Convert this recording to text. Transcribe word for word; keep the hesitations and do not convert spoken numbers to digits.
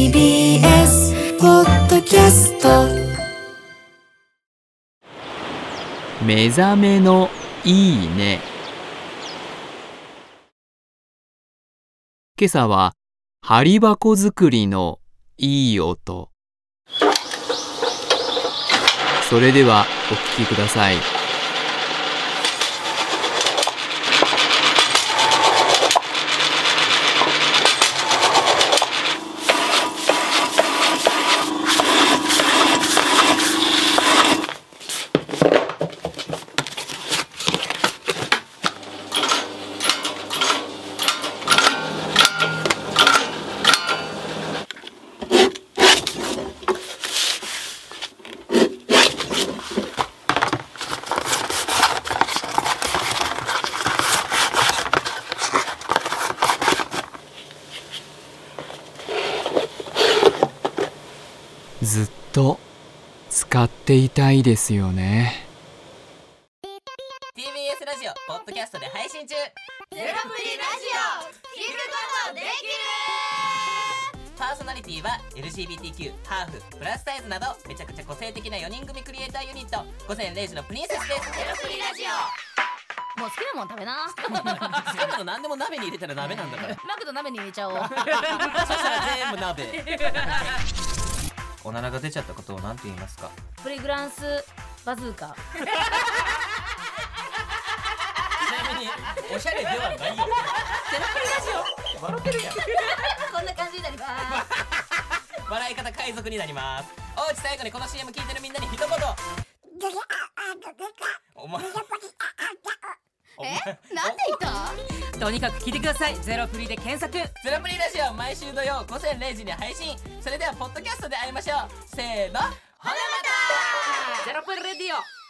ービーエス ポッドキャスト。 目覚めのいいね。今朝は針箱作りのいい音。それではお聞きください。ずっと使っていたいですよね。 ティービーエス ラジオポッドキャストで配信中。ゼロプリラジオ聞くことできる。パーソナリティは エルジービーティーキュー、ハーフ、プラスサイズなどめちゃくちゃ個性的なよにん組クリエイターユニット午前れいじのプリンセスです。ゼロプリラジオ、 もう好きなもん食べな。 好きなの何でも鍋に入れたら鍋なんだからマクド鍋に入れちゃおう。 そしたら全部鍋。おならが出ちゃったことを何て言いますか？ プリグランスバズーカ。 ちなみにおしゃれではないよ。ゼロプリラジオ笑ってるやん。 こんな感じになります。 笑い方海賊になります。おうち最後にこの シーエム 聞いてるみんなに一言。お前え、なんて言った？ とにかく聞いてください。ゼロプリで検索。 ゼロプリラジオ毎週土曜午前れいじに配信。それではポッドキャストで会いましょう。せーの、ほなまた。 ゼロプリレディオ。